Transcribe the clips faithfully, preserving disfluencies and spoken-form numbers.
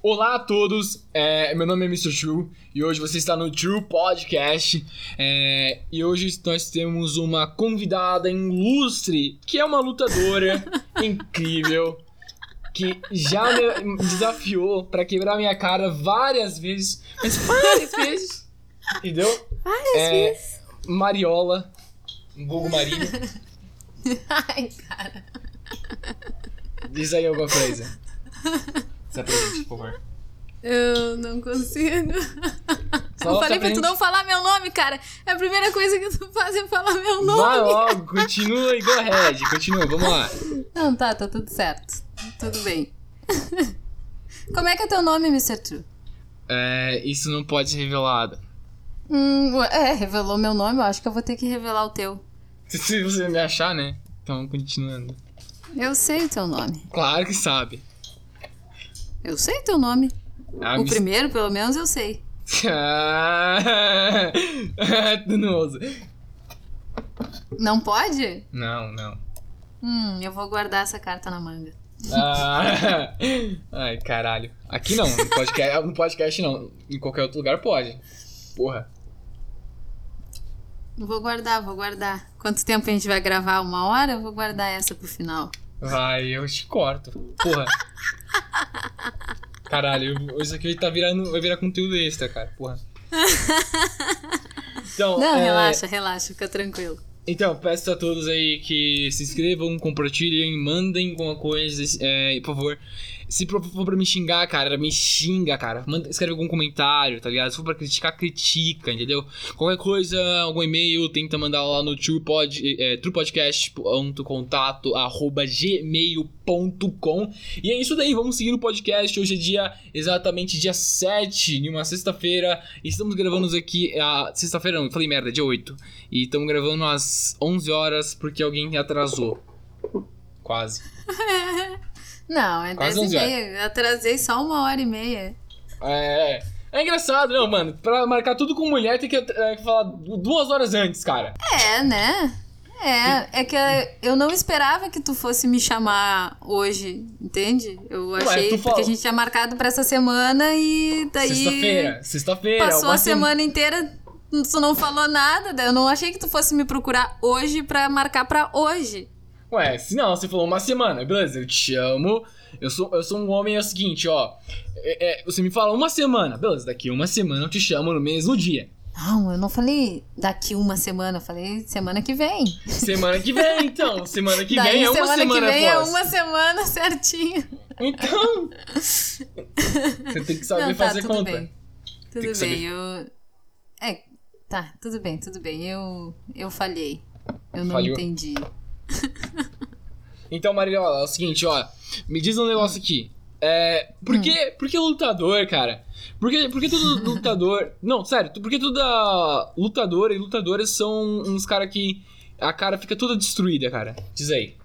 Olá a todos, é, meu nome é mister True e hoje você está no True Podcast é, e hoje nós temos uma convidada ilustre que é uma lutadora incrível que já me desafiou pra quebrar minha cara várias vezes, mas várias vezes, entendeu? Várias é, vezes. Mariola, vulgo Marinho. Ai, cara. Diz aí alguma coisa. Se apresente, por favor. Eu não consigo. Só eu se falei pra apresente. tu não falar meu nome, cara. É a primeira coisa que tu faz é falar meu nome. Vai logo, continua e go ahead, continua, vamos lá. Não, tá, tá tudo certo. Tudo bem. Como é que é teu nome, mister True? É, isso não pode ser revelado. Hum, é, revelou meu nome, eu acho que eu vou ter que revelar o teu. Se você me achar, né? Então, continuando. Eu sei o teu nome. Claro que sabe. Eu sei o teu nome. Ah, o me- primeiro, pelo menos, eu sei. Ah, Tunoso. Não pode? Não, não. Hum, eu vou guardar essa carta na manga. Ah, ai, caralho. Aqui não, no podcast, no podcast não. Em qualquer outro lugar pode. Porra. Vou guardar, vou guardar. Quanto tempo a gente vai gravar? Uma hora? Eu vou guardar essa pro final. Vai, eu te corto. Porra. Caralho, eu- isso aqui tá virando, vai virar conteúdo extra, cara. Porra. Então, Não, é, relaxa, relaxa, fica tranquilo. Então, peço a todos aí que se inscrevam, compartilhem, mandem alguma coisa, é, por favor. Se for pra me xingar, cara, me xinga, cara. Manda, escreve algum comentário, tá ligado? Se for pra criticar, critica, entendeu? Qualquer coisa, algum e-mail, tenta mandar lá no truepod, é, truepodcast.contato arroba gmail ponto com. E é isso daí, vamos seguir no podcast. Hoje é dia, exatamente dia sete, em uma sexta-feira. E estamos gravando aqui, a sexta-feira não, eu falei merda, dia oito. E estamos gravando às onze horas porque alguém atrasou. Quase. Não, é Quase dez e onze horas. meia. Eu atrasei só uma hora e meia. É, é engraçado, não, mano. Pra marcar tudo com mulher tem que é, falar du- duas horas antes, cara. É, né? É, é que eu não esperava que tu fosse me chamar hoje, entende? Eu achei tu porque fala- a gente tinha marcado pra essa semana e daí Sexta-feira, sexta-feira. passou uma a sema- semana inteira, tu não falou nada, daí eu não achei que tu fosse me procurar hoje pra marcar pra hoje. Ué, se não, você falou uma semana, beleza, eu te chamo. Eu sou, eu sou um homem, é o seguinte, ó. É, é, você me fala uma semana, beleza, daqui uma semana eu te chamo no mesmo dia. Não, eu não falei daqui uma semana, eu falei semana que vem. Semana que vem, então. Semana que Daí vem é uma semana semana que vem após. é uma semana certinho. Então. Você tem que saber Não, tá, fazer tudo conta. bem. Tem Tudo que saber. bem, eu... É, tá, tudo bem, tudo bem. Eu, eu falhei. Eu não Falhou? entendi. Então, Mariola, é o seguinte, ó. Me diz um negócio aqui. É. Por que, por que lutador, cara? Por que, por que todo lutador. Não, sério, por que toda lutadora e lutadoras são uns caras que a cara fica toda destruída, cara? Diz aí.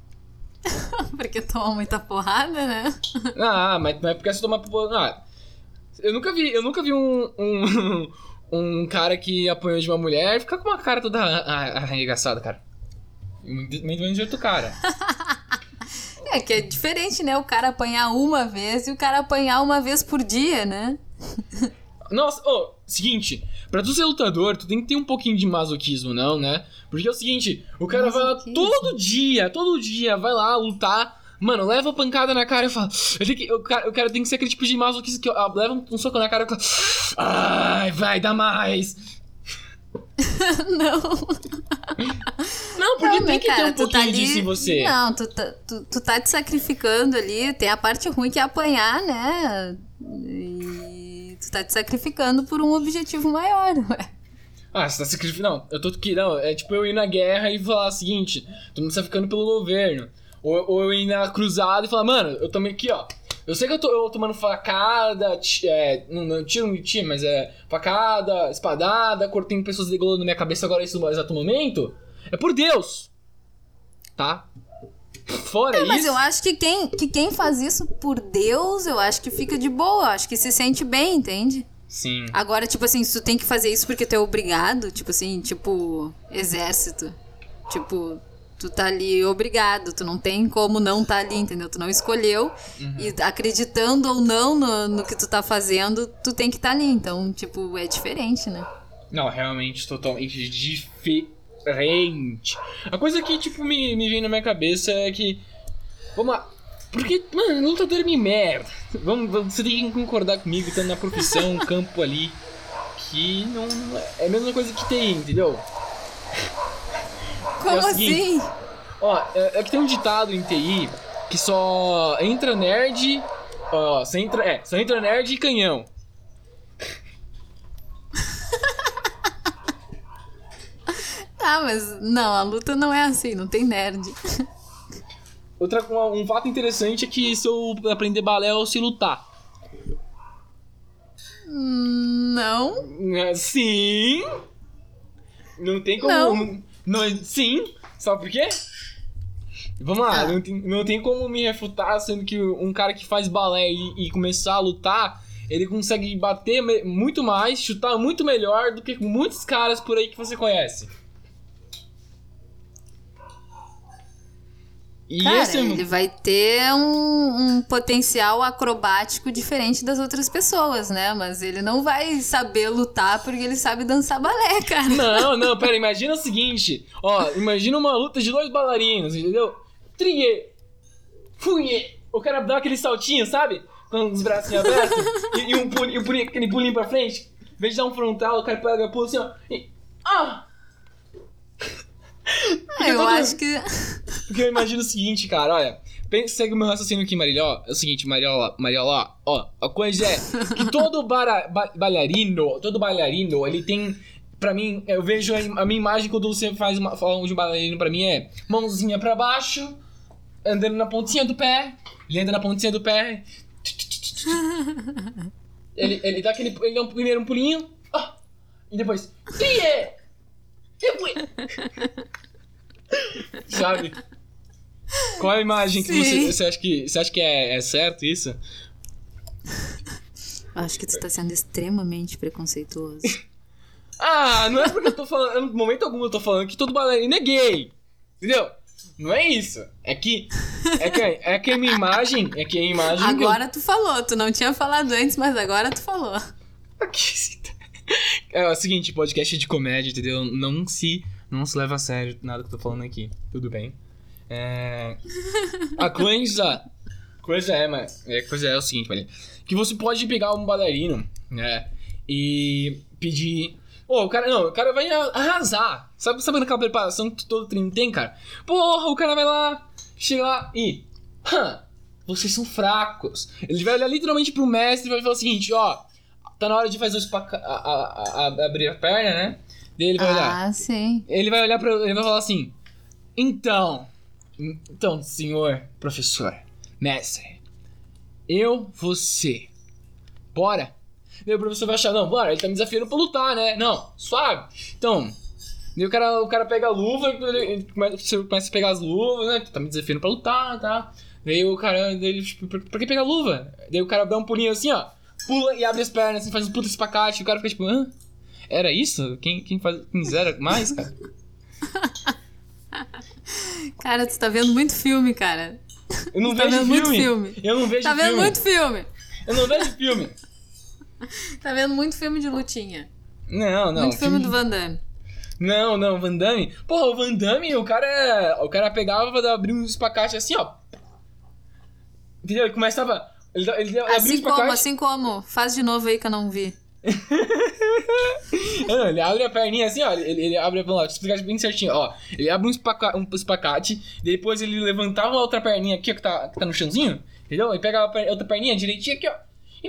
Porque toma muita porrada, né? Ah, mas não é porque você toma. Ah, eu nunca vi, eu nunca vi um. um Um cara que apanhou de uma mulher ficar com uma cara toda arra- arregaçada, cara. Muito muito menos de outro cara. É que é diferente, né? O cara apanhar uma vez e o cara apanhar uma vez por dia, né? Nossa, ô, seguinte, pra tu ser lutador, tu tem que ter um pouquinho de masoquismo, não, né? Porque é o seguinte, o cara vai lá Masoquismo? todo dia, todo dia, vai lá lutar, mano, leva pancada na cara e fala, eu tenho que, eu, cara, eu cara tem que ser aquele tipo de masoquismo que ó, leva um, um soco na cara e fala, ai, vai, dá mais. Não. Não, porque Não, tem mas, que ter cara, um tu pouquinho tá ali- disso em você. Não, tu tá, tu, tu tá te sacrificando ali. Tem a parte ruim que é apanhar, né? E tu tá te sacrificando por um objetivo maior, ué. Ah, você tá sacrificando. Não, eu tô aqui. Não, é tipo eu ir na guerra e falar o seguinte: todo mundo tá ficando pelo governo. Ou, ou eu ir na cruzada e falar, mano, eu também aqui, ó. Eu sei que eu tô eu tomando facada, ti- é, não, não tiro um tiro, mas é facada, espadada, cortando pessoas degolando na minha cabeça agora nesse exato momento. É por Deus! Tá? Fora É, isso. mas eu acho que quem, que quem faz isso por Deus, eu acho que fica de boa. Eu acho que se sente bem, entende? Sim. Agora, tipo assim, se tu tem que fazer isso porque tu é obrigado, tipo assim, tipo, exército. Tipo, Tu tá ali obrigado, tu não tem como não tá ali, entendeu? Tu não escolheu, uhum. E acreditando ou não no, no que tu tá fazendo, tu tem que tá ali. Então, tipo, é diferente, né? Não, realmente, totalmente diferente. A coisa que, tipo, me, me vem na minha cabeça é que... Vamos lá. Porque, mano, lutador é me merda. Vamos, você tem que concordar comigo, estando na profissão, um campo ali, que não... É a mesma coisa que T I, entendeu? Como é seguinte, assim? Ó, é, é que tem um ditado em T I que só entra nerd. Ó, só entra, é, só entra nerd e canhão. Ah, mas não, a luta não é assim, não tem nerd. Outra, um, um fato interessante é que se eu aprender balé eu sei lutar. Não. Sim. Não tem como. Não. Não, sim, sabe por quê? Vamos lá, ah. não, tem, não tem como me refutar, sendo que um cara que faz balé e, e começar a lutar, ele consegue bater me, muito mais, chutar muito melhor do que muitos caras por aí que você conhece. E cara, esse é... ele vai ter um, um potencial acrobático diferente das outras pessoas, né? Mas ele não vai saber lutar porque ele sabe dançar balé, cara. Não, não, pera, imagina o seguinte. Ó, imagina uma luta de dois bailarinos, entendeu? Triê, fuiê. O cara dá aquele saltinho, sabe? Com os bracinhos abertos e, e um pulinho, pulinho, aquele pulinho pra frente. Em vez de dar um frontal, o cara pega, pula assim, ó. E... Ah! Ah, eu acho que... Porque eu imagino o seguinte, cara, olha. Segue o meu raciocínio aqui, Mariola. É o seguinte, Mariola, Mariola, ó. A coisa é que todo bara, ba, bailarino, todo bailarino, ele tem... Pra mim, eu vejo a, a minha imagem quando você faz uma, fala de um bailarino pra mim é mãozinha pra baixo, andando na pontinha do pé, ele anda na pontinha do pé. Ele, ele dá aquele... Ele dá um, primeiro um pulinho, ó, e depois... Trie! Sabe? Qual é a imagem que você, você acha que você acha que é, é certo isso? Acho que tu tá sendo extremamente preconceituoso. Ah, não é porque eu tô falando, no momento algum eu tô falando que todo bailarino é gay. Entendeu? Não é isso. É que é que, é que a minha imagem, é que a imagem Agora eu... tu falou, tu não tinha falado antes, mas agora tu falou. É o seguinte, podcast de comédia, entendeu? Não se Não se leva a sério nada que eu tô falando aqui. Tudo bem. É... A coisa... Coisa é, mas... A coisa é o seguinte, velho. Que você pode pegar um bailarino, né? E pedir... Pô, o cara... Não, o cara vai arrasar. Sabe, sabe aquela preparação que todo treino tem, cara? Porra, o cara vai lá... Chega lá e... Hã, vocês são fracos. Ele vai olhar literalmente pro mestre e vai falar o seguinte, ó... Tá na hora de fazer o espaca... a, a, a, abrir a perna, né? Daí ele vai ah, olhar. Ah, sim. Ele vai olhar pra... Ele vai falar assim... Então... Então, senhor professor... Mestre... Eu, você... Bora? Daí o professor vai achar... Não, bora, ele tá me desafiando pra lutar, né? Não, suave. Então... Daí o cara, o cara pega a luva... Ele começa, começa a pegar as luvas, né? Tá me desafiando pra lutar, tá? Daí o cara... Daí, tipo, pra, pra que pegar a luva? Daí o cara dá um pulinho assim, ó... Pula e abre as pernas, assim, faz um puta espacate. E o cara fica tipo... Hã? Era isso? Quem, quem, faz, quem zera mais, cara? Cara, tu tá vendo muito filme, cara. Eu não tu vejo tá vendo filme. muito filme. Eu não vejo tá filme. Tá vendo muito filme. Eu não vejo filme. Tá vendo muito filme de lutinha. Não, não. Muito filme, filme do Van Damme. Não, não, Van Damme. Porra, o Van Damme, o cara... O cara pegava, abria um espacate assim, ó. Entendeu? Ele começava... Ele, ele assim como, espacate. assim como. Faz de novo aí que eu não vi. Não, ele abre a perninha assim, ó. Ele, ele abre, vamos lá, deixa eu explicar bem certinho, ó. Ele abre um, espaca, um espacate, depois ele levantava a outra perninha aqui, ó, que tá, que tá no chãozinho, entendeu? Ele pega a outra perninha direitinho aqui, ó. E...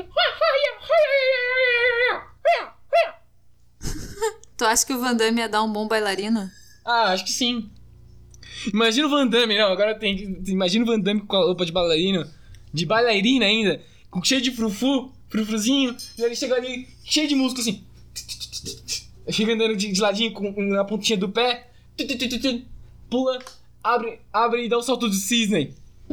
Tu acha que o Van Damme ia dar um bom bailarino? Ah, acho que sim. Imagina o Van Damme, não, agora tem que... Imagina o Van Damme com a roupa de bailarino, de bailarina ainda, com cheio de frufu. Frufruzinho, e ele chega ali cheio de músculo assim. Chega andando de, de ladinho com, na pontinha do pé. Pula, abre, abre e dá um salto do cisne.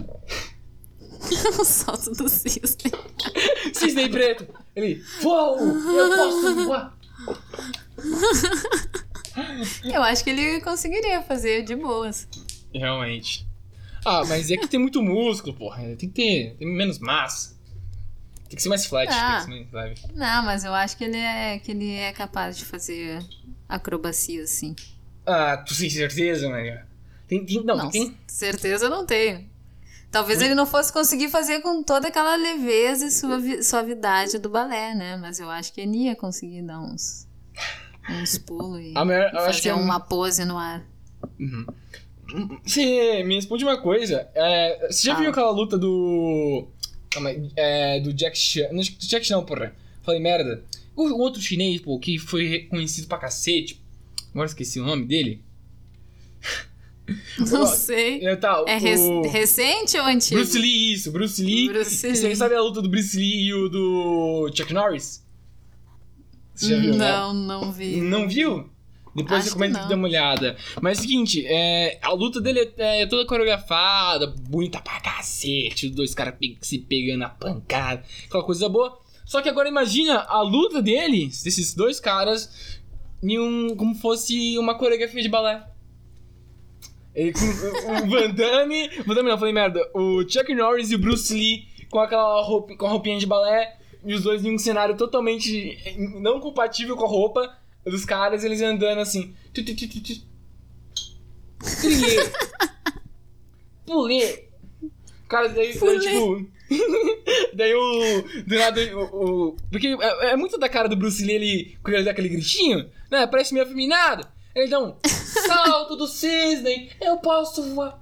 O salto do cisne. Cisne preto. Ele, uou, eu posso voar. Eu acho que ele conseguiria fazer de boas. Realmente. Ah, mas é que tem muito músculo, porra. Tem que ter, tem menos massa. Tem que ser mais flat, Ah. tem que ser mais leve. Não, mas eu acho que ele é, que ele é capaz de fazer acrobacia, assim. Ah, tu tem certeza, Maria? Tem, tem, não, Não, tem... certeza eu não tenho. Talvez ele não fosse conseguir fazer com toda aquela leveza e suavi- suavidade do balé, né? Mas eu acho que ele ia conseguir dar uns, uns pulos e, A maior- e eu acho que fazer é um- uma pose no ar. Uhum. Você me responde uma coisa. É, você já Fala. viu aquela luta do... Calma aí, é, do Jack Chan... Não, do Jack Chan, porra. Falei merda. O, o outro chinês, pô, que foi reconhecido pra cacete. Agora esqueci o nome dele. Não sei. É, tá, É rec- o... recente ou antigo? Bruce Lee, isso, Bruce Lee. Bruce Você Lee. sabe a luta do Bruce Lee e o do Chuck Norris? Você já viu, né? Não, não vi. Não viu? Depois Acho você comenta que que não. dá uma olhada. Mas é o seguinte, é, a luta dele é, é toda coreografada, bonita pra cacete, os dois caras pe- se pegando a pancada, aquela coisa boa. Só que agora imagina a luta deles, desses dois caras, em um, como fosse uma coreografia de balé. Ele com o Van Damme. Van Damme não, falei merda. O Chuck Norris e o Bruce Lee com aquela roupa, com a roupinha de balé. E os dois em um cenário totalmente não compatível com a roupa dos caras. Eles andando assim. Tu, tu, tu, tu, tu. Trilhei. Pulei. Cara, daí, daí Pulei. tipo. Daí o. Do nada o. o porque é, é muito da cara do Bruce Lee ele. Quando ele dá aquele gritinho, né? Parece meio afeminado. Ele dá um salto do cisne, eu posso voar.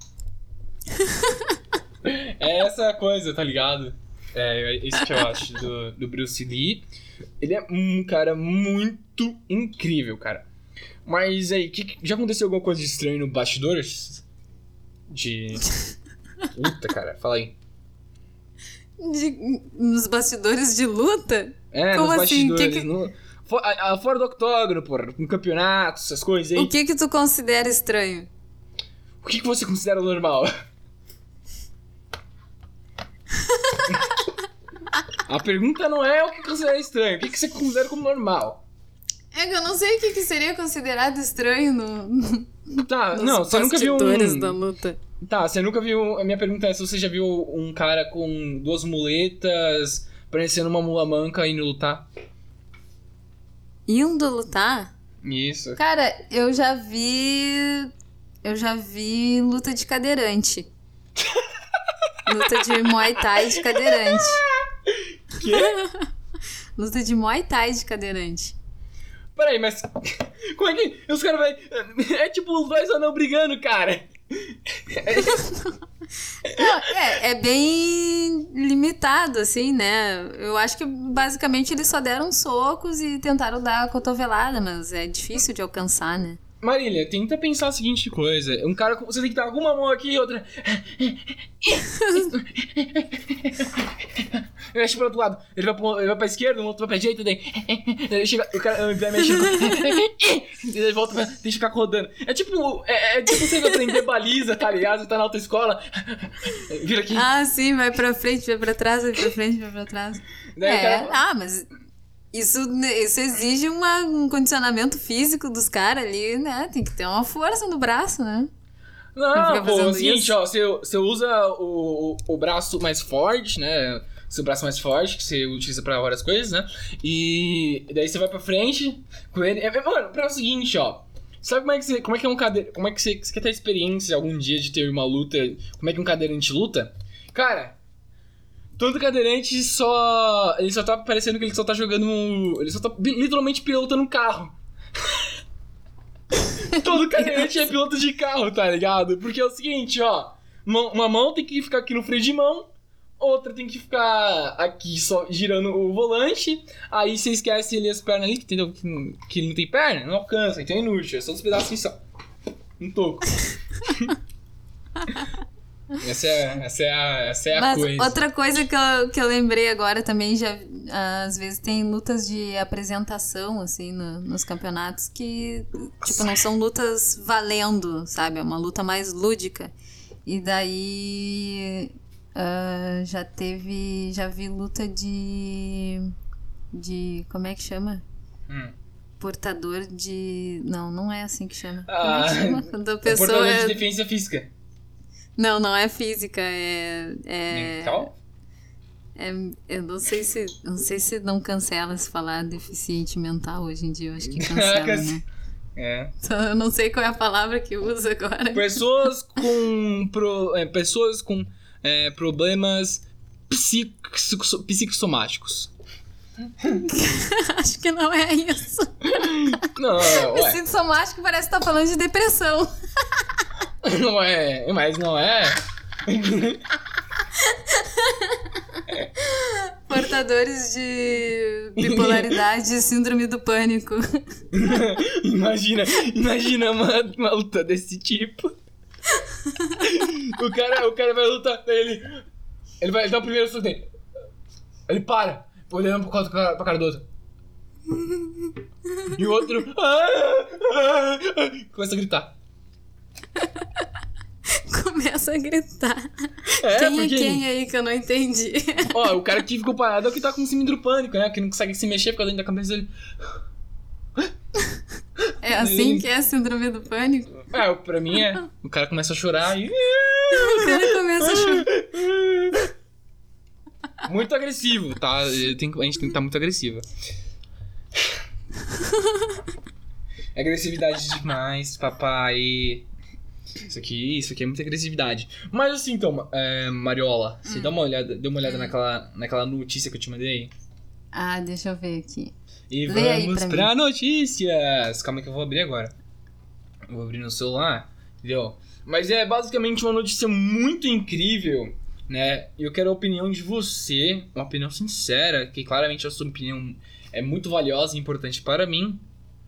É essa coisa, tá ligado? É, é isso que eu acho do, do Bruce Lee. Ele é um cara muito incrível, cara. Mas aí, que, que- já aconteceu alguma coisa de estranho no bastidores? De. Puta, cara, fala aí. De- nos bastidores de luta? É, Como nos assim? bastidores. Que que- No, fo- a- a- fora do octógono, porra, no campeonato, essas coisas aí. O que que tu considera estranho? O que, que você considera normal? A pergunta não é o que você considera estranho, o que, que você considera como normal? É que eu não sei o que, que seria considerado estranho no, Tá, nos não, você nunca viu bastidores um... da luta. Tá, você nunca viu... A minha pergunta é se você já viu um cara com duas muletas, parecendo uma mula manca indo lutar. Indo lutar? Isso. Cara, eu já vi. Eu já vi luta de cadeirante. Luta de Muay Thai de cadeirante. Quê? Luta de Muay Thai de cadeirante. Peraí, mas... Como é que... Os caras vai... É tipo os dois anão brigando, cara. Não, é, é bem limitado, assim, né? Eu acho que basicamente eles só deram socos e tentaram dar a cotovelada, mas é difícil de alcançar, né? Marília, tenta pensar a seguinte coisa. Um cara... com- Você tem que dar alguma mão aqui e outra... Ele mexe pro outro lado. Ele vai, pro, ele vai pra esquerda, o outro vai pra direita, daí... Ele chega... O cara vai mexendo... E ele volta pra... Deixa eu ficar rodando. É tipo... É, é tipo você aprender baliza, tá ligado? Você tá na autoescola... Vira aqui. Ah, sim, vai pra frente, vai pra trás, vai pra frente, vai pra trás. Daí o É, cara- ah, mas isso, isso exige uma- um condicionamento físico dos caras ali, né? Tem que ter uma força no braço, né? Não Não, fica pô, é fazendo o seguinte, isso. ó, você, você usa o, o, o braço mais forte, né? Seu braço mais forte, que você utiliza pra várias coisas, né? E daí você vai pra frente com ele. É, é, mano, pra o seguinte, ó. Sabe como é que você. Como é que é um cadeirante. Como é que você, você quer ter experiência algum dia de ter uma luta? Como é que um cadeirante luta? Cara, todo cadeirante só. Ele só tá parecendo que ele só tá jogando. Ele só tá literalmente pilotando um carro. Todo cadeirante é piloto de carro, tá ligado? Porque é o seguinte, ó. mão- Uma mão tem que ficar aqui no freio de mão, outra tem que ficar aqui só girando o volante. Aí você esquece ele as pernas ali, que, entendeu? Que, que ele não tem perna, não alcança, então é inútil. É só os pedaços só. Um toco. Essa é, essa é a, essa é a Mas coisa. outra coisa que eu, que eu lembrei agora também, já às vezes tem lutas de apresentação, assim, no- nos campeonatos que, tipo, não são lutas valendo, sabe? É uma luta mais lúdica. E daí ah, já teve, já vi luta de, de, como é que chama? Hum. portador de... Não, não é assim que chama. Ah, Como é que chama? Quando a o pessoa portador é... de deficiência física. Não, não é física, é... é... Mental? É, eu não sei se não sei se não cancela se falar deficiente mental hoje em dia, eu acho que cancela, né? É. Então, eu não sei qual é a palavra que usa agora. Pessoas com pro, é, pessoas com é, problemas psico, psicossomáticos. Acho que não é isso. Não, ué. Psicossomático parece que tá falando de depressão. Não é, mas não é. Portadores de bipolaridade e síndrome do pânico. Imagina, imagina uma, uma luta desse tipo. O cara, o cara vai lutar, ele ele vai dar o primeiro soco dele. Ele para, olhando pra cara, pra cara do outro. E o outro ah, ah, ah, começa a gritar. Começa a gritar. É, quem porque... é quem aí que eu não entendi? Ó, o cara que ficou parado é o que tá com síndrome do pânico, né? Que não consegue se mexer, fica dentro da cabeça dele. É assim ele... que é a síndrome do pânico? É, pra mim é. O cara começa a chorar e... O cara começa a chorar. Muito agressivo, tá? Tenho... A gente tem que estar muito agressiva. Agressividade demais, papai. Isso aqui, isso aqui é muita agressividade. Mas assim, então, é, Mariola, você hum. dá uma olhada, deu uma olhada hum. naquela, naquela notícia que eu te mandei? Ah, deixa eu ver aqui. E Lê vamos pra, pra notícias! Calma que eu vou abrir agora. Eu vou abrir no celular, entendeu? Mas é basicamente uma notícia muito incrível, né? E eu quero a opinião de você, uma opinião sincera, que claramente a sua opinião é muito valiosa e importante para mim.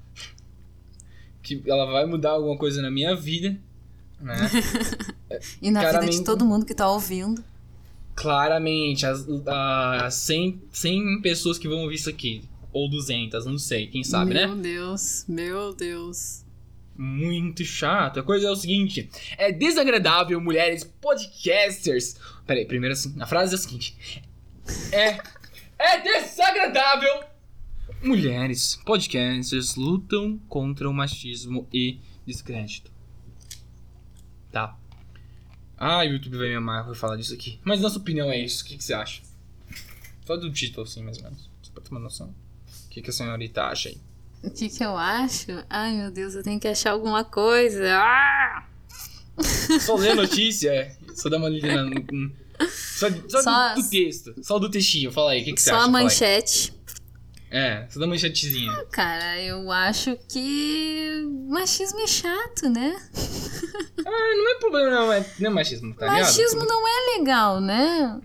Que ela vai mudar alguma coisa na minha vida. Né? E na Claramente, vida de todo mundo que tá ouvindo. Claramente, as, as cem, cem pessoas que vão ouvir isso aqui, ou duzentas, não sei, quem sabe, meu né? Meu Deus, meu Deus. Muito chato. A coisa é o seguinte: é desagradável mulheres podcasters. Peraí, primeiro assim, a frase é a seguinte: É, é desagradável mulheres podcasters lutam contra o machismo e descrédito. Tá. Ah, o YouTube vai me amar, vai falar disso aqui. Mas nossa opinião é isso, o que, que você acha? Só do título, assim, mais ou menos. Só pra ter uma noção. O que, que a senhorita acha aí? O que, que eu acho? Ai, meu Deus, eu tenho que achar alguma coisa. Ah! Só ler a notícia, é. Só dar uma lida na... Só, só, só do, do texto. Só do textinho, fala aí, o que, que você só acha? Só a manchete. É, só dá uma manchetezinha. Ah, cara, eu acho que machismo é chato, né? Ah, não é problema, não é, não é machismo, tá ligado? Machismo não é legal, né?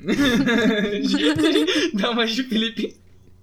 Dá uma de Felipe.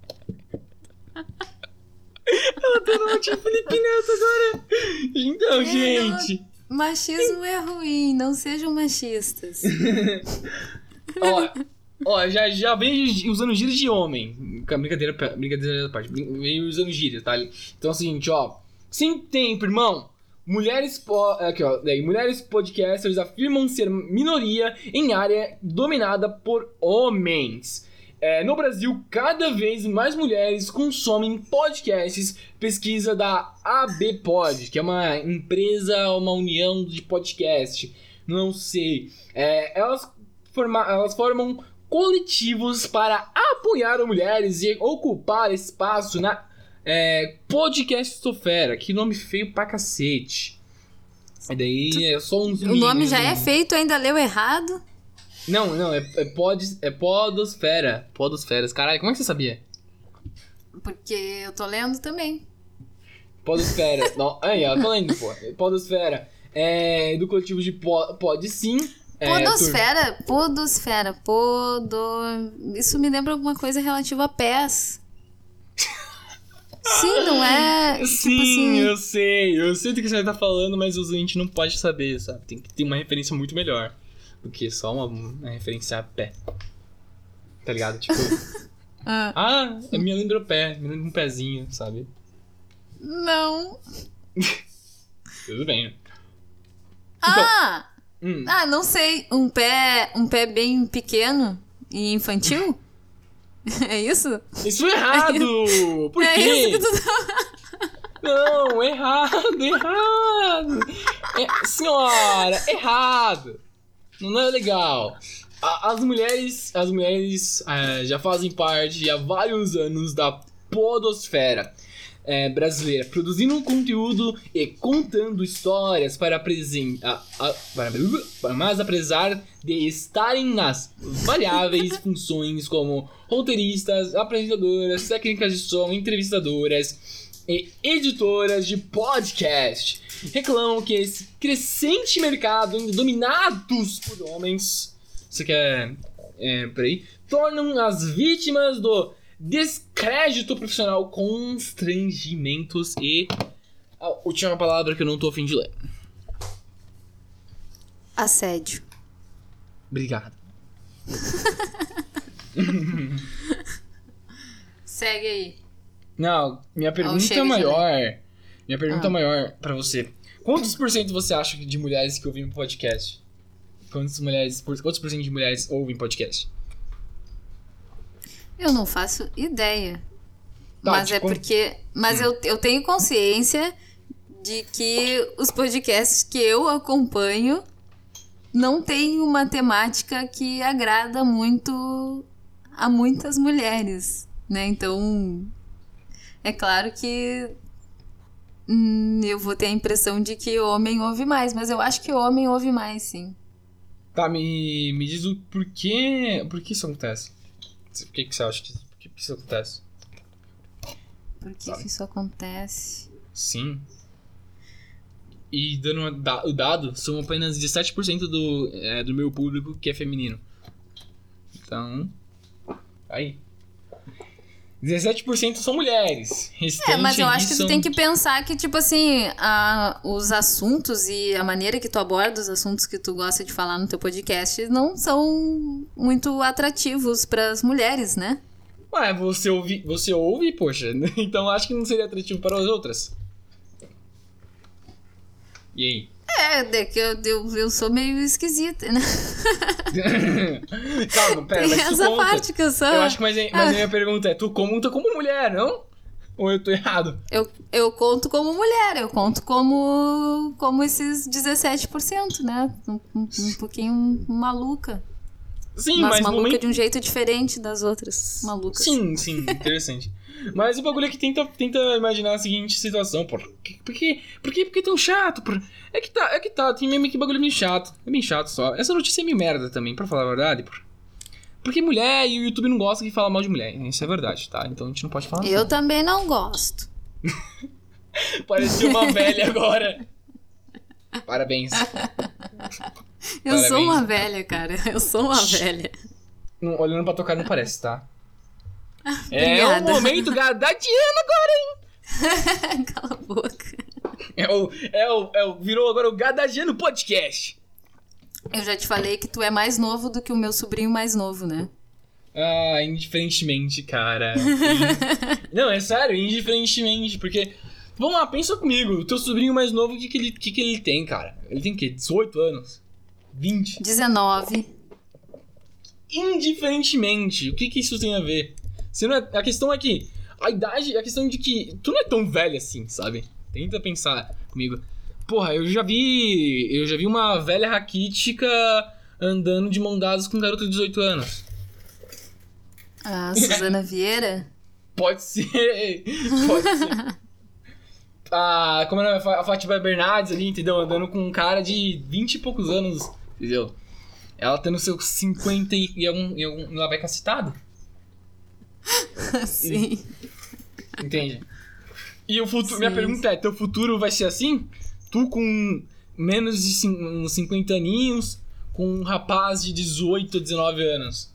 Ela tá numa de Felipe Neto agora. Então, é, gente. Não, machismo é ruim, não sejam machistas. Ó, ó, já, já vem usando gírias de homem. Brincadeira, brincadeira da parte. Vem usando gírias, tá? Então é o seguinte, ó. Sem tempo, irmão. Mulheres, po- aqui, ó, daí, mulheres podcasters afirmam ser minoria em área dominada por homens. É, no Brasil, cada vez mais mulheres consomem podcasts. Pesquisa da A B Pod, que é uma empresa, uma união de podcast. Não sei. É, elas, forma- elas formam coletivos para apoiar mulheres e ocupar espaço na... É, podcastosfera, que nome feio pra cacete. E daí é só uns... O nome já é feito, ainda leu errado? Não, não, é, é, pod, é podosfera. Podosferas, caralho, como é que você sabia? Porque eu tô lendo também. Podosfera, não, aí ó, tô lendo, pô. Podosfera, é do coletivo de pod, pod sim. É, podosfera, tur... podosfera, podo... Isso me lembra alguma coisa relativa a pés. Sim, não é? Sim, tipo assim... eu sei. Eu sei do que você tá falando, mas a gente não pode saber, sabe? Tem que ter uma referência muito melhor do que só uma, uma referência a pé. Tá ligado? Tipo... ah, ah me lembra o pé. Me lembra um pezinho, sabe? Não. Tudo bem. Ah! Então, hum. Ah, não sei. Um pé, um pé bem pequeno e infantil? É isso? Isso é errado! Por é quê? Isso que tu tá... Não, errado, errado. É, senhora, errado. Não é legal. A, as mulheres, as mulheres é, já fazem parte há vários anos da podosfera é, brasileira, produzindo conteúdo e contando histórias para apresentar. Mas apesar de estarem nas variáveis funções como roteiristas, apresentadoras, técnicas de som, entrevistadoras e editoras de podcast, reclamam que esse crescente mercado, ainda dominados por homens, você quer, é, por aí, tornam as vítimas do descrédito profissional, constrangimentos e a última palavra que eu não tô a fim de ler. Assédio. Obrigado. Segue aí. Não, minha pergunta Oh, maior. Minha pergunta Ah. maior pra você. Quantos por cento você acha de mulheres que ouvem podcast? Quantas mulheres, por- quantos por cento de mulheres ouvem podcast? Eu não faço ideia. Tá, mas tipo- é porque. Mas eu, eu tenho consciência de que os podcasts que eu acompanho não têm uma temática que agrada muito a muitas mulheres, né? Então, é claro que hum, eu vou ter a impressão de que homem ouve mais, mas eu acho que homem ouve mais, sim. Tá, me, me diz o porquê. Por que isso acontece? Por que, que você acha que, por que que isso acontece? Por que, Sabe. que isso acontece? Sim. E dando uma da- o dado, são apenas dezessete por cento do, é, do meu público que é feminino. Então. Aí. dezessete por cento são mulheres. É, mas eu Restante acho que aí tu são- tem que pensar que, tipo assim, a- os assuntos e a maneira que tu aborda os assuntos que tu gosta de falar no teu podcast não são muito atrativos pras mulheres, né? Ué, você ouve, você ouve, poxa. Então acho que não seria atrativo para as outras. E aí? É, de que eu, eu, eu sou meio esquisita, né? Calma, pera, Tem mas tu essa conta. parte que eu sou. Eu acho que mas, mas Ah. a minha pergunta é, tu conta como mulher, não? Ou eu tô errado? Eu, eu conto como mulher, eu conto como, como esses dezessete por cento, né? Um, um, um pouquinho maluca. Sim, Mas mas no maluca momento... de um jeito diferente das outras malucas. Sim, sim, interessante. Mas o bagulho é que tenta, tenta imaginar a seguinte situação, por que, por que, por que, por que tão chato? Por... É que tá, é que tá, tem mesmo que bagulho meio chato. É bem chato só. Essa notícia é meio merda também, pra falar a verdade. Por... Porque mulher e o YouTube não gosta de falar mal de mulher. Isso é verdade, tá? Então a gente não pode falar. Eu também não gosto. Parecia uma velha agora. Parabéns. Eu sou Parabéns. uma velha, cara. Eu sou uma velha. Não, olhando pra tocar não parece, tá? É o Obrigada. momento gadadiano agora, hein? Cala a boca. É o, é o, é o, virou agora o Gadadiano Podcast. Eu já te falei que tu é mais novo do que o meu sobrinho mais novo, né? Ah, indiferentemente, cara. Indi- Não, é sério, indiferentemente, porque... Vamos lá, pensa comigo, o teu sobrinho mais novo, o que que ele, que que ele tem, cara? Ele tem o quê? dezoito anos? vinte? dezenove. Indiferentemente, o que que isso tem a ver? Você não é, a questão é que a idade, a questão de que tu não é tão velho assim, sabe? Tenta pensar comigo. Porra, eu já vi, eu já vi uma velha raquítica andando de mão dadas com um garoto de dezoito anos. A Suzana Vieira. Pode ser, pode ser. A, como é a Fátima Bernardes ali, entendeu? Andando com um cara de vinte e poucos anos, entendeu? Ela tendo seus cinquenta e, e, algum, e algum, ela vai cacetada. Sim. Entende? E o futuro, Sim. minha pergunta é, teu futuro vai ser assim? Tu com menos de cin- uns cinquenta aninhos, com um rapaz de dezoito, dezenove anos.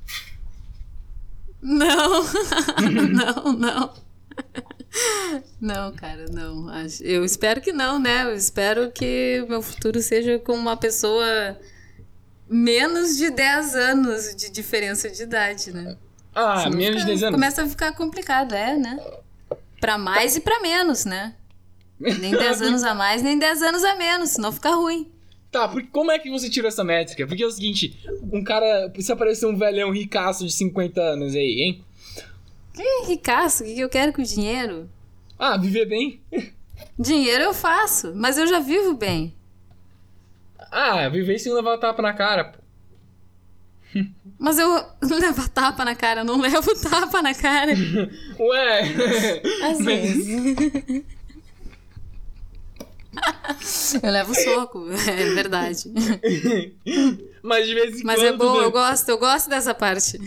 Não. Não, não. Não, cara, não. Acho- Eu espero que não, né? Eu espero que o meu futuro seja com uma pessoa menos de dez anos de diferença de idade, né? Ah, Senão menos de fica- dez anos? Começa a ficar complicado, é, né? Pra mais e pra menos, né? Nem dez anos a mais, nem dez anos a menos, senão fica ruim. Tá, porque como é que você tirou essa métrica? Porque é o seguinte, um cara, se aparecer um velhão ricaço de cinquenta anos aí, hein? Que ricaço, o que que eu quero com o dinheiro? Ah, viver bem. Dinheiro eu faço, mas eu já vivo bem. Ah, viver sem levar tapa na cara, pô. Mas eu levo tapa na cara, eu não levo tapa na cara. Ué! Às vezes. Eu levo soco, é verdade. Mas de vez em Mas quando... é bom, né? eu gosto, eu gosto dessa parte.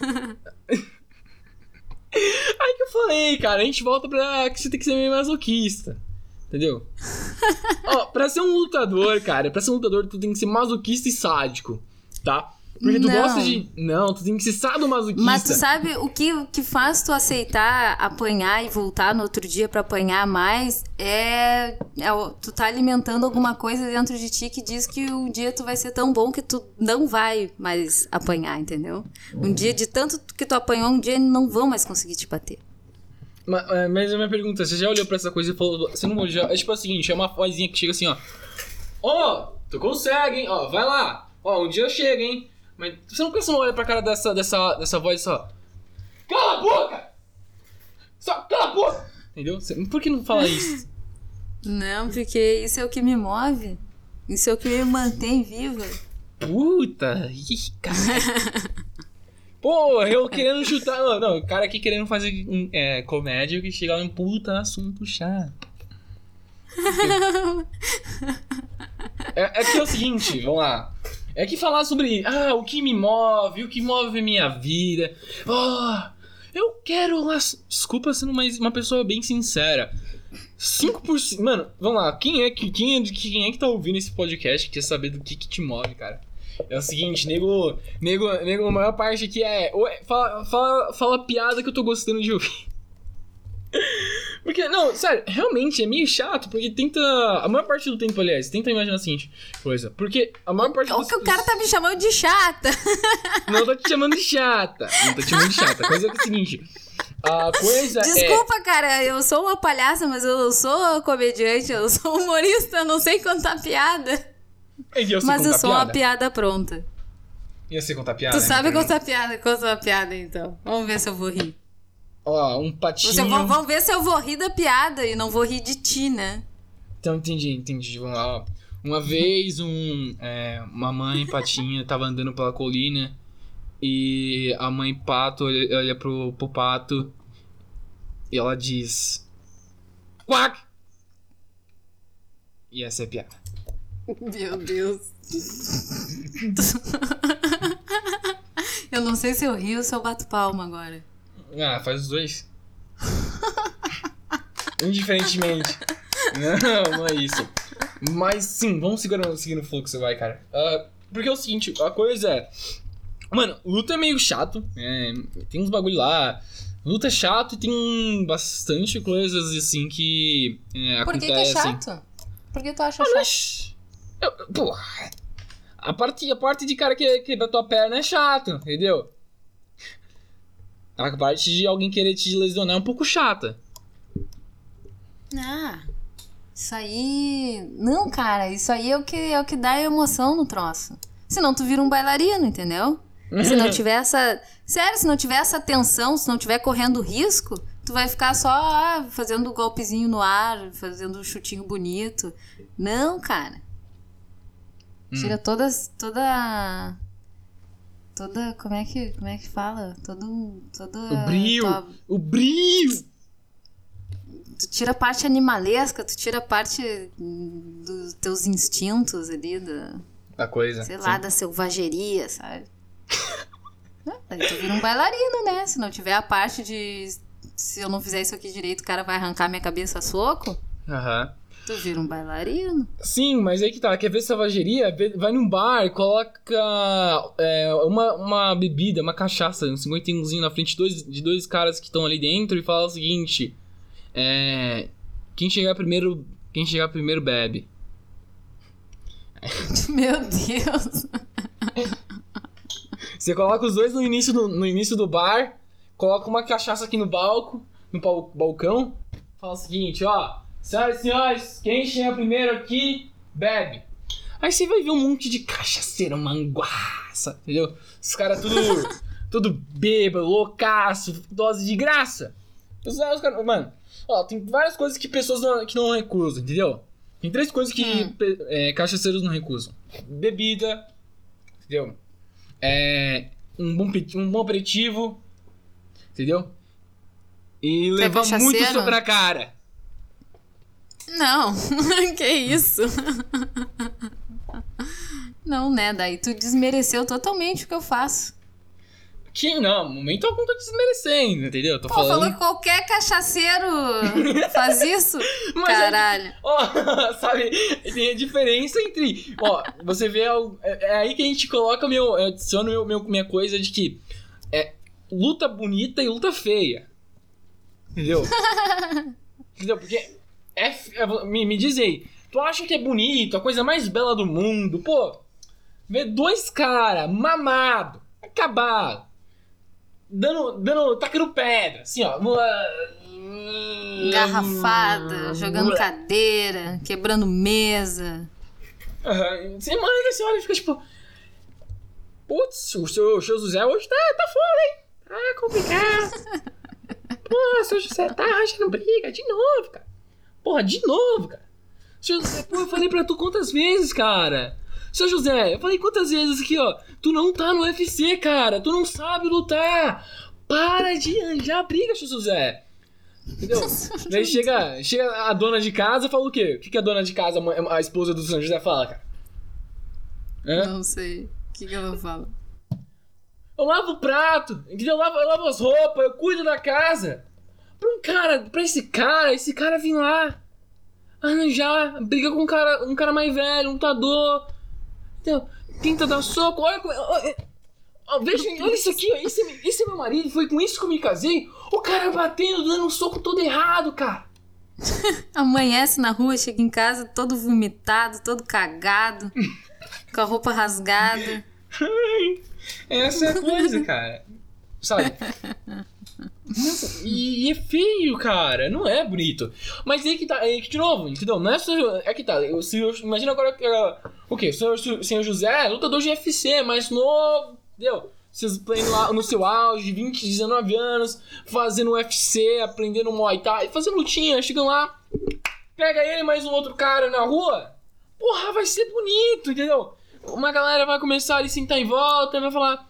Aí que eu falei, cara, a gente volta pra que você tem que ser meio masoquista. Entendeu? Ó, pra ser um lutador, cara, pra ser um lutador, tu tem que ser masoquista e sádico, tá? Porque tu Não. gosta de... Não, tu tem que ser sadomasoquista. Mas tu sabe o que, o que faz tu aceitar apanhar e voltar no outro dia pra apanhar mais? É, é o- tu tá alimentando alguma coisa dentro de ti que diz que um dia tu vai ser tão bom que tu não vai mais apanhar, entendeu? Um dia de tanto que tu apanhou, um dia não vão mais conseguir te bater. Mas, é, mas a minha pergunta, você já olhou pra essa coisa e falou... Você não já... É tipo o seguinte, é uma vozinha que chega assim, ó. Ó, tu consegue, hein? Ó, vai lá. Ó, um dia eu chego, hein? Mas você não pensa, não olha pra cara dessa, dessa, dessa voz só... Cala a boca! Só cala a boca! Entendeu? Você- Por que não fala isso? Não, porque isso é o que me move. Isso é o que me mantém viva. Puta! Ih, cara. Pô, eu querendo chutar... Não, não, o cara aqui querendo fazer um, é, comédia que chega num puta assunto chato. É, é que é o seguinte, vamos lá. É que falar sobre, ah, o que me move, o que move minha vida. Oh, eu quero lá... Desculpa sendo mais uma pessoa bem sincera. cinco por cento... Mano, vamos lá. Quem é que, quem é, quem é que tá ouvindo esse podcast que quer saber do que que te move, cara? É o seguinte, nego... Nego, nego a maior parte aqui é... Ué, fala, fala, fala piada que eu tô gostando de ouvir. Porque, não, sério, realmente é meio chato, porque tenta... A maior parte do tempo, aliás, tenta imaginar a seguinte coisa. Porque a maior parte O das que o cara tá me chamando de chata. Não tô te chamando de chata. Não tô te chamando de chata. A coisa é, que é o seguinte. A coisa Desculpa, cara, eu sou uma palhaça, mas eu sou comediante, eu sou humorista, eu não sei contar piada. é... Eu sei Mas eu contar sou piada. uma piada pronta. Eu sei contar piada. Tu sabe então. contar piada? Conta uma piada, então. Vamos ver se eu vou rir. Ó, um patinho... Você, vamos, vamos ver se eu vou rir da piada e não vou rir de ti, né? Então, entendi, entendi. Vamos lá, ó. Uma vez, um, é, uma mãe patinha tava andando pela colina e a mãe pato olha, olha pro, pro pato e ela diz... Quack! E essa é a piada. Meu Deus. Eu não sei se eu rio ou se eu bato palma agora. Ah, faz os dois. Indiferentemente. Não, não é isso. Mas sim, vamos seguir, seguir no fluxo, vai, cara. Uh, porque é o seguinte, a coisa é... Mano, luta é meio chato. É, tem uns bagulho lá. Luta é chato e tem bastante coisas assim que é, Por que, que é acontecem. chato? Por que tu acha Ah, chato? mas... Eu, pô... A parte, a parte de cara que quebra tua perna é chato, entendeu? A parte de alguém querer te lesionar é um pouco chata. Ah, isso aí... Não, cara, isso aí é o que, é o que dá emoção no troço. Senão tu vira um bailarino, entendeu? Se não tiver essa... Sério, se não tiver essa tensão, se não tiver correndo risco, tu vai ficar só ah, fazendo golpezinho no ar, fazendo um chutinho bonito. Não, cara. Tira Hum. todas... Toda... Toda... Como é que, como é que fala? Todo... Toda... O brilho! tua- O brilho! Tu tira a parte animalesca, tu tira a parte hum, dos teus instintos ali, da, A coisa. sei sim. lá, da selvageria, sabe? Não, daí tu vira um bailarino, né? Se não tiver a parte de se eu não fizer isso aqui direito, o cara vai arrancar minha cabeça a soco, Aham. tu vira um bailarino. Sim, mas aí que tá. Quer ver selvageria? Vê- Vai num bar, coloca é, uma, uma bebida, uma cachaça, um cinquenta e umzinho na frente de dois, de dois caras que estão ali dentro e fala o seguinte... É... Quem chegar primeiro... Quem chegar primeiro bebe. Meu Deus. Você coloca os dois no início do, no início do bar, coloca uma cachaça aqui no balco, no bal- balcão, fala o seguinte, ó, senhoras e senhores, quem chega primeiro aqui, bebe. Aí você vai ver um monte de cachaceiro manguaça, entendeu? Os caras tudo, tudo bêbado, loucaço, dose de graça. Os, os caras, mano, ó, tem várias coisas que pessoas não, que não recusam, entendeu? Tem três coisas que Hum. pe- é, cachaceiros não recusam. Bebida, entendeu? É, um, bom, pe- um bom aperitivo, entendeu? E Tu é levar muito cachaceiro? soco na cara. Não, que isso? Não, né? Daí tu desmereceu totalmente o que eu faço. Que não, no momento algum tô desmerecendo, entendeu? Tô Pô, falando. falou que qualquer cachaceiro faz isso? Mas é- Caralho. Ó, sabe, tem a diferença entre. Ó, você vê. o- É, é aí que a gente coloca meu. Eu adiciono meu, meu- minha coisa de que é luta bonita e luta feia. Entendeu? Entendeu? Porque. É, f- é- me, me diz aí, tu acha que é bonito, a coisa mais bela do mundo? Pô, ver dois caras mamado, acabado, dando, dando, tacando pedra, assim, ó. Garrafada, jogando cadeira, quebrando mesa. Aham. Você manda, você olha e fica tipo. Putz, o seu, o seu José hoje tá, tá foda, hein? Tá complicado. Pô, o seu José tá arranjando briga de novo, cara. Porra, de novo, cara. Seu José, pô, eu falei pra tu quantas vezes, cara? Seu José, eu falei quantas vezes aqui, ó. Tu não tá no U F C, cara. Tu não sabe lutar. Para de arranjar briga, seu José. Entendeu? Daí chega, chega a dona de casa e fala o quê? O que, que a dona de casa, a mãe- a esposa do São José fala, cara? Hã? Não sei. O que, que ela fala? Eu lavo o prato, entendeu? Eu lavo, eu lavo as roupas, eu cuido da casa. Pra um cara, pra esse cara, esse cara vir lá arranjar, briga com um cara, um cara mais velho, um lutador, entendeu? Tenta dar soco, olha como... Olha, olha, veja, olha isso aqui, ó, esse, esse é meu marido, foi com isso que eu me casei. O cara batendo, dando um soco todo errado, cara. Amanhece na rua, chega em casa todo vomitado, todo cagado, com a roupa rasgada. Essa é a coisa, cara. Sabe? Nossa, e, e é feio, cara. Não é bonito. Mas aí que tá, aí que de novo, entendeu? Não é só. É que tá. Eu, se eu- imagina agora que. Uh, o quê? O senhor, o senhor José é lutador de U F C, mais novo, entendeu? Vocês playing lá no seu auge, vinte, dezenove anos, fazendo U F C, aprendendo Muay Thai, fazendo lutinha, chegam lá, pega ele mais um outro cara na rua, porra, vai ser bonito, entendeu? Uma galera vai começar a sentar em volta e vai falar.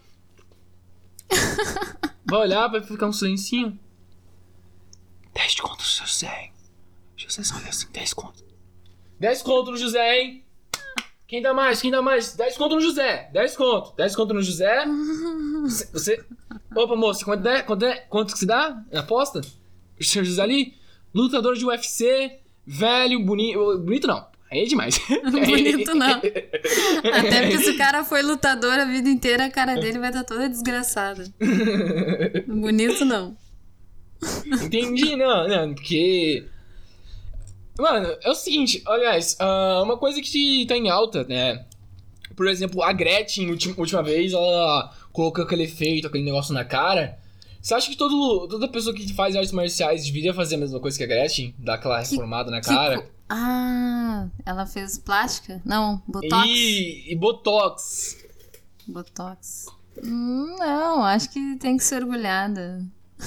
Vai olhar, vai ficar um silencinho. dez contos, José. José só olha assim, dez contos. dez contos no José, hein? Quem dá mais? Quem dá mais? dez contos no José. dez contos. dez contos no José. Você. você... Opa, moça, quanto é? Quanto, é? Quanto que se dá? Aposta? O senhor José ali? Lutador de U F C. Velho, bonito. Bonito não. Aí é demais. Bonito não. Até porque se o cara foi lutador a vida inteira, a cara dele vai estar toda desgraçada. Bonito não. Entendi, não, não, porque. Mano, é o seguinte, aliás, ah, uma coisa que tá em alta, né? Por exemplo, a Gretchen, ultim, última vez, ela colocou aquele efeito, aquele negócio na cara. Você acha que todo, toda pessoa que faz artes marciais deveria fazer a mesma coisa que a Gretchen? Dar aquela reformada na Que cara? co- Ah, ela fez plástica? Não, botox. E, e Botox. Botox. Hum, Não, acho que tem que ser orgulhada.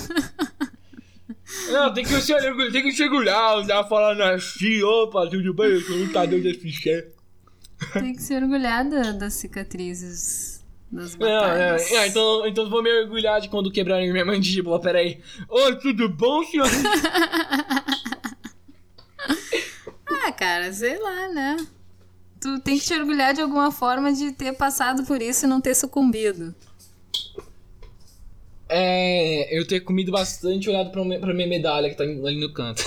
Não, tem que se orgulhar, tem que se orgulhar, andar falando assim, opa, tudo bem, eu sou lutador de U F C. Tem que se orgulhada das cicatrizes, das Não, não, batalhas. não, então, então vou me orgulhar de quando quebrarem minha mandíbula, peraí. Oi, tudo bom, senhor? Ah, cara, sei lá, né? Tu tem que te orgulhar de alguma forma de ter passado por isso e não ter sucumbido. É, eu ter comido bastante e olhado pra, me- pra minha medalha que tá ali no canto.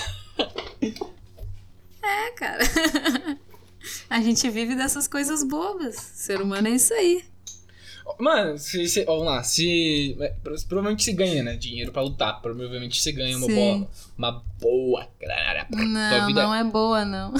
É, cara. A gente vive dessas coisas bobas. Ser humano é isso aí. Mano, se, se, vamos lá, se. Provavelmente você ganha, né? Dinheiro pra lutar. Provavelmente você ganha uma Sim. boa. Uma boa grana. Tua Não, vida- não é boa, não.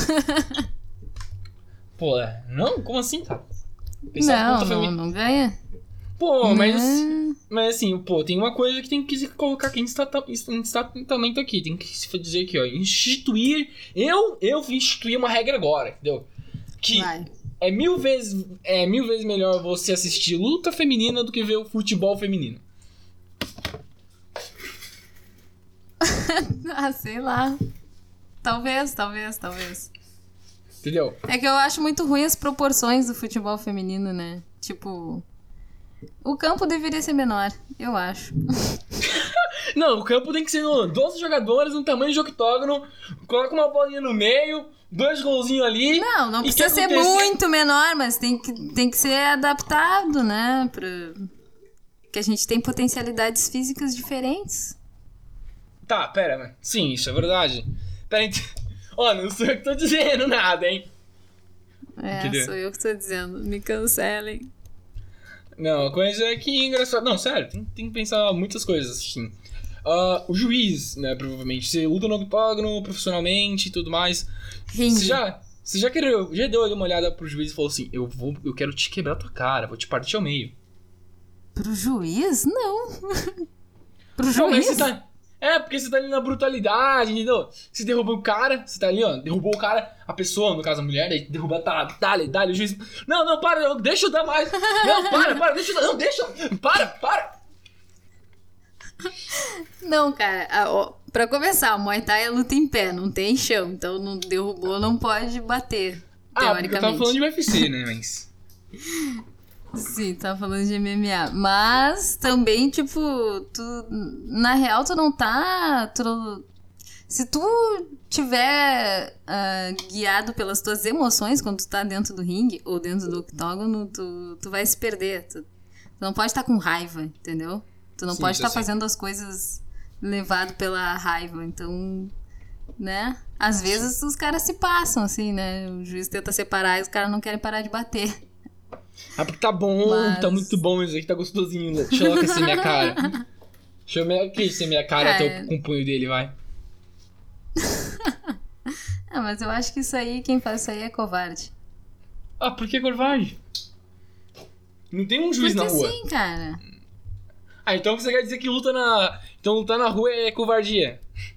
Pô, não? Como assim, cara? Pensava que Não, luta não, femi- não ganha. Pô, mas. Não. Mas assim, pô, tem uma coisa que tem que se colocar aqui em estata- em tratamento aqui. Tem que se dizer aqui, ó. Instituir. Eu, eu vim instituir uma regra agora, entendeu? Que Vai. é mil vezes, é mil vezes melhor você assistir luta feminina do que ver o futebol feminino. Ah, sei lá. Talvez, talvez, talvez. Entendeu? É que eu acho muito ruim as proporções do futebol feminino, né? Tipo, o campo deveria ser menor, eu acho. Não, o campo tem que ser no doze jogadores, no tamanho de octógono, coloca uma bolinha no meio, dois golzinhos ali. Não, não e precisa que ser acontecer- muito menor, mas tem que, tem que ser adaptado, né? Pra... Que a gente tem potencialidades físicas diferentes. Tá, pera, mano. Sim, isso é verdade. Pera aí. Ó, não sou eu que tô dizendo nada, hein? É, Entendeu? sou eu que tô dizendo. Me cancelem. Não, a coisa é que é engraçado. Não, sério, tem, tem que pensar muitas coisas, assim. Ah, o juiz, né, provavelmente. Você luta no octógono profissionalmente e tudo mais. Ringue. Você já, você já, quereu, já deu uma olhada pro juiz e falou assim: eu, vou, eu quero te quebrar tua cara, vou te partir ao meio. Pro juiz? Não. Pro Não, mas juiz? você tá. É, porque você tá ali na brutalidade, entendeu? Você derrubou o cara, você tá ali, ó, derrubou o cara, a pessoa, no caso a mulher, daí derrubou, tá, dale, dale, o juiz. Não, não, para, não, deixa eu dar mais. Não, para, para, deixa eu dar, não, deixa, para, para. Não, cara. A, ó, pra começar, o Muay Thai é luta em pé, não tem chão. Então, não derrubou, não pode bater, Ah, porque eu teoricamente. tava falando de U F C, né, mas... Sim, tá falando de M M A. Mas também, tipo, tu, na real, tu não tá. Tu não- se tu tiver ah, guiado pelas tuas emoções quando tu tá dentro do ringue ou dentro do octógono, tu, tu vai se perder. Tu, tu não pode estar com raiva, entendeu? Tu não Sim, pode isso eu estar sei. fazendo as coisas levado pela raiva. Então, né? Às vezes os caras se passam, assim, né? O juiz tenta separar e os caras não querem parar de bater. Ah, porque tá bom, Mas- tá muito bom isso aqui, tá gostosinho. Deixa eu aquecer minha cara. Deixa eu me aquecer minha cara É. até o, com o punho dele, vai. Ah, mas eu acho que isso aí, quem faz isso aí é covarde. Ah, por que covarde? Não tem um juiz Porque na rua. sim, cara. Ah, então você quer dizer que luta na... Então lutar na rua é covardia.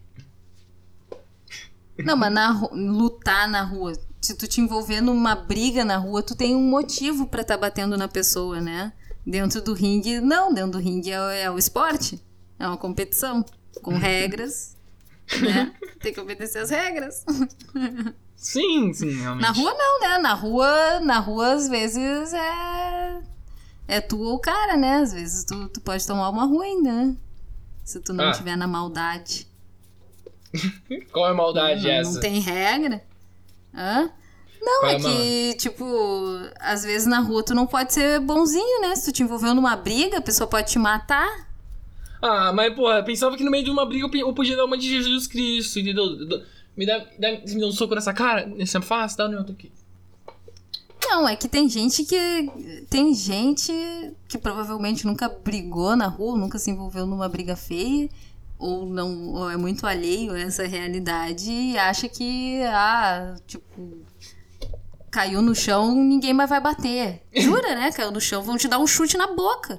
Não, mas na ru- lutar na rua, se tu te envolver numa briga na rua, tu tem um motivo pra tá batendo na pessoa, né? Dentro do ringue, não. Dentro do ringue é, é o esporte. É uma competição. Com regras, né? Tem que obedecer as regras. Sim, sim, realmente. Na rua não, né? Na rua, na rua às vezes é... É tu ou o cara, né? Às vezes tu, tu pode tomar uma ruim, né? Se tu não Ah. tiver na maldade. Qual é a maldade não, essa? não tem regra. Hã? Não, Qual é é a que, tipo, às vezes na rua tu não pode ser bonzinho, né? Se tu te envolveu numa briga, a pessoa pode te matar. Ah, mas porra, eu pensava que no meio de uma briga eu pe- eu podia dar uma de Jesus Cristo, entendeu? Do- Me dá, dá, me dá um soco nessa cara, nessa face, dá um outro aqui. Não, é que tem gente que. Tem gente que provavelmente nunca brigou na rua, nunca se envolveu numa briga feia, ou não, ou é muito alheio a essa realidade e acha que, ah, tipo, caiu no chão, ninguém mais vai bater. Jura, né? Caiu no chão, vão te dar um chute na boca.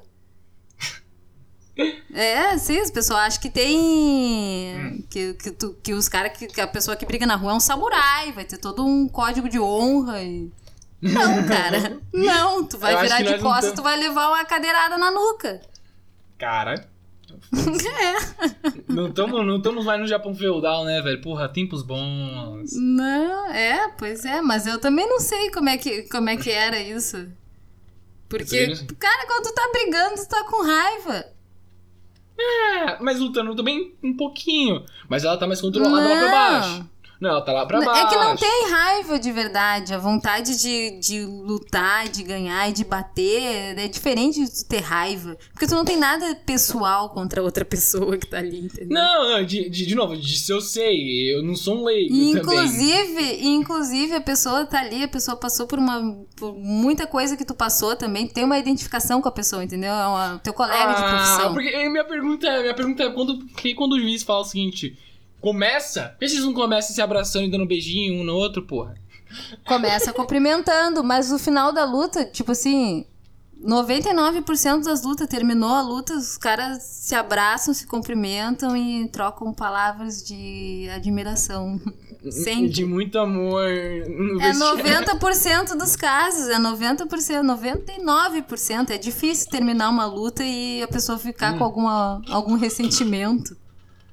É, sim, as pessoas acham que tem. Que, que, tu, que os caras, que, que a pessoa que briga na rua é um samurai, vai ter todo um código de honra e. Não, cara. Não, tu vai Eu acho virar que de nós não costas, tam- tu vai levar uma cadeirada na nuca. Cara, É. não estamos não tamo mais no Japão feudal, né, velho? Porra, tempos bons. Não, é, pois é, mas eu também não sei como é que, como é que era isso. Eu Porque, também não sei. cara, quando tu tá brigando, tu tá com raiva. É, mas lutando também um pouquinho. Mas ela tá mais controlada lá pra Não. baixo. Não, ela tá lá pra baixo. É que não tem raiva de verdade. A vontade de, de lutar, de ganhar e de bater é diferente de tu ter raiva. Porque tu não tem nada pessoal contra outra pessoa que tá ali, entendeu? Não, não, de, de, de novo, disso eu sei. Eu não sou um leigo E, também. inclusive, e, inclusive, a pessoa tá ali, a pessoa passou por uma por muita coisa que tu passou também. Tem uma identificação com a pessoa, entendeu? É uma, teu colega de profissão. Ah, porque minha pergunta é, minha pergunta é quando, que, quando o juiz fala o seguinte, começa? Por que vocês não começam se abraçando e dando beijinho um no outro, porra? Começa cumprimentando, mas no final da luta, tipo assim, noventa e nove por cento das lutas, terminou a luta, os caras se abraçam, se cumprimentam e trocam palavras de admiração. Sempre. De muito amor no É vestiário. noventa por cento dos casos, é noventa por cento, noventa e nove por cento. É difícil terminar uma luta e a pessoa ficar Hum. com alguma, algum ressentimento.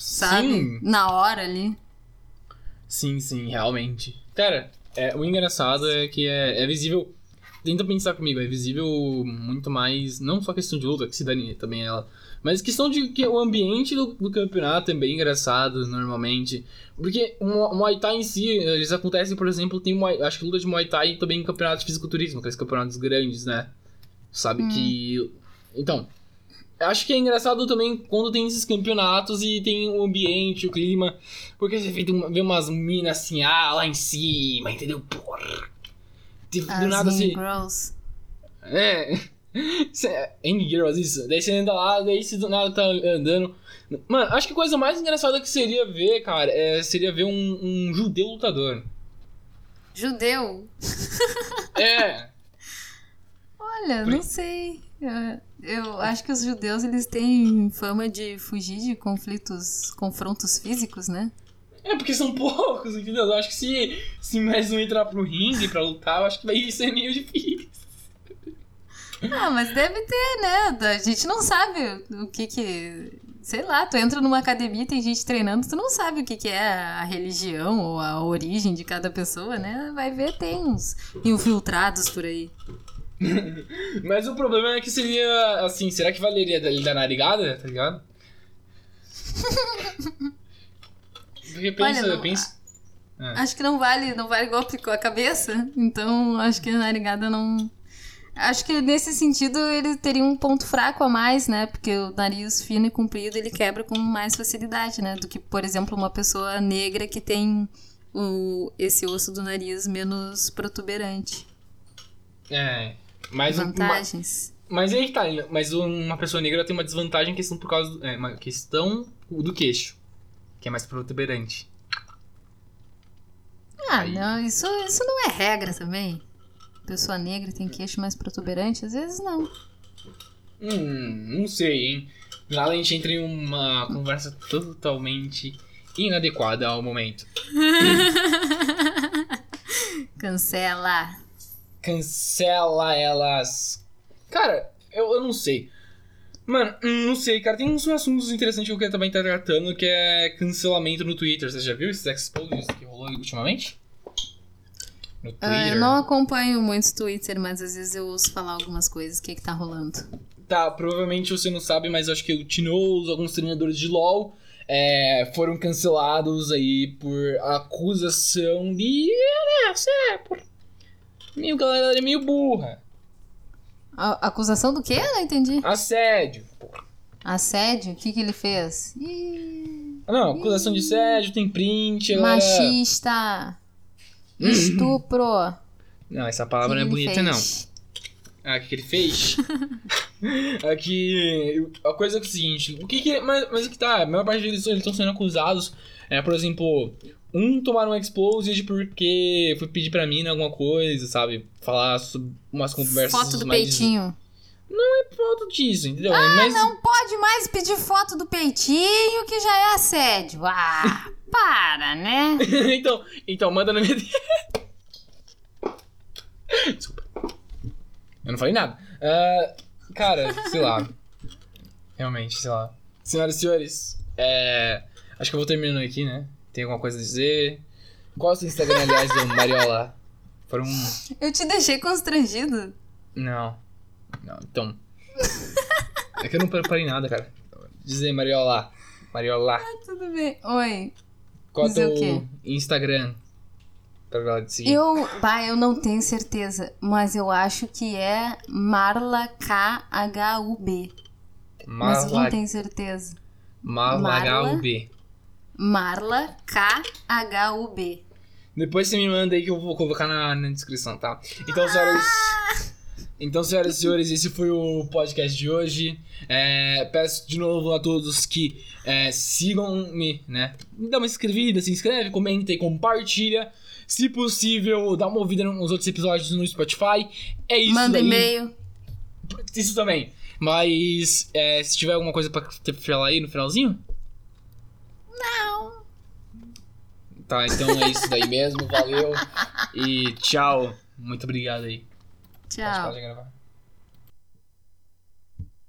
sabe? Sim. Na hora ali. Sim, sim, realmente. Cara, é, o engraçado é que é, é visível. Tenta pensar comigo, é visível muito mais. Não só questão de luta, que se dane também ela. Mas questão de que o ambiente do, do campeonato é bem engraçado, normalmente. Porque o Mu- Muay Thai em si, eles acontecem, por exemplo, tem Muay, acho que luta de Muay Thai também em campeonatos de fisiculturismo, aqueles campeonatos grandes, né? Sabe Hum. que. Então. Acho que é engraçado também quando tem esses campeonatos e tem o ambiente, o clima. Porque você vê, uma- vê umas minas assim, ah, lá em cima, entendeu? Porra. De- Do As nada Mean assim. Girls. É. Angry Girls, isso. Daí você anda lá, daí você do nada tá andando. Mano, acho que a coisa mais engraçada que seria ver, cara, é, seria ver um, um judeu lutador. Judeu. É. Olha, Por- não sei. Eu, eu acho que os judeus, eles têm fama de fugir de conflitos, confrontos físicos, né? É porque são poucos, entendeu? Eu acho que se, se mais um entrar pro ringue pra lutar, eu acho que vai ser meio difícil. Ah, mas deve ter, né? A gente não sabe o que que... Sei lá, tu entra numa academia e tem gente treinando, tu não sabe o que que é a religião ou a origem de cada pessoa, né? Vai ver, tem uns infiltrados por aí. Mas o problema é que seria, assim, será que valeria ele dar narigada, tá ligado? Porque pensa, Olha, não- pensa... Ah. Acho que não vale, não vale golpe com a cabeça, então acho que a narigada não... Acho que nesse sentido ele teria um ponto fraco a mais, né? Porque o nariz fino e comprido ele quebra com mais facilidade, né? Do que, por exemplo, uma pessoa negra que tem o, esse osso do nariz menos protuberante. É, mas... um- Vantagens. Mas aí que tá, mas uma pessoa negra tem uma desvantagem questão por causa... Do, é, uma questão do queixo, que é mais protuberante. Ah, Aí- não, isso, isso não é regra também. Pessoa negra tem queixo mais protuberante? Às vezes não. Hum, não sei, hein? Lá a gente entra em uma conversa totalmente inadequada ao momento. Cancela. Cancela elas. Cara, eu, eu não sei. Mano, hum, não sei, cara. Tem uns assuntos interessantes que eu queria também estar tratando, que é cancelamento no Twitter. Você já viu esses exposes que rolou ultimamente? No Ah, Twitter. eu não acompanho muitos Twitter, mas às vezes eu ouço falar algumas coisas. O que que tá rolando? Tá, provavelmente você não sabe, mas eu acho que o Tinoz, alguns treinadores de LoL, é, foram cancelados aí por acusação de... É, é, por... Meio galera é meio burra. A- acusação do quê? Não entendi. Assédio. Assédio? O que que ele fez? Ih, Não, acusação de assédio, tem print. Ela... machista. Estupro. Não, essa O que palavra não é ele bonita, fez? não. Ah, o que, que ele fez? É que a coisa é o seguinte, o que que... Mas, mas o que tá, a maior parte deles estão sendo acusados, é, por exemplo, um tomaram um exposed porque foi pedir pra mina alguma coisa, sabe? Falar sobre umas conversas Foto do mais... peitinho. Não é foto disso, entendeu? Ah, mas... não pode mais pedir foto do peitinho que já é assédio. Ah, para, né? então, então, manda na minha... Desculpa. Eu não falei nada. Ah, cara, sei lá. Realmente, sei lá. Senhoras e senhores, é... acho que eu vou terminando aqui, né? Tem alguma coisa a dizer? Qual é o seu Instagram, aliás, do Mariola? Foram... Eu te deixei constrangido. Não. Não, então... É que eu não preparei nada, cara. Dizer, Mariola. Mariola. Tudo bem. Oi. Qual é o Dizer o teu quê? Instagram? Pra ela te seguir. Eu, bah, eu não tenho certeza, mas eu acho que é Marla K H U B. Mas eu não Marla... tenho certeza. Malagau-B. Marla K H U B. Depois você me manda aí que eu vou colocar na, na descrição, tá? Então, senhoras... Então, senhoras e senhores, esse foi o podcast de hoje. É, peço de novo a todos que é, sigam-me, né? Dá uma inscrevida, se inscreve, comenta e compartilha. Se possível, dá uma ouvida nos outros episódios no Spotify. É isso Manda daí. e-mail. Isso também. Mas, é, se tiver alguma coisa pra falar aí no finalzinho? Não. Tá, então é isso daí mesmo. Valeu. E tchau. Muito obrigado aí. Pode Tchau. parar de gravar.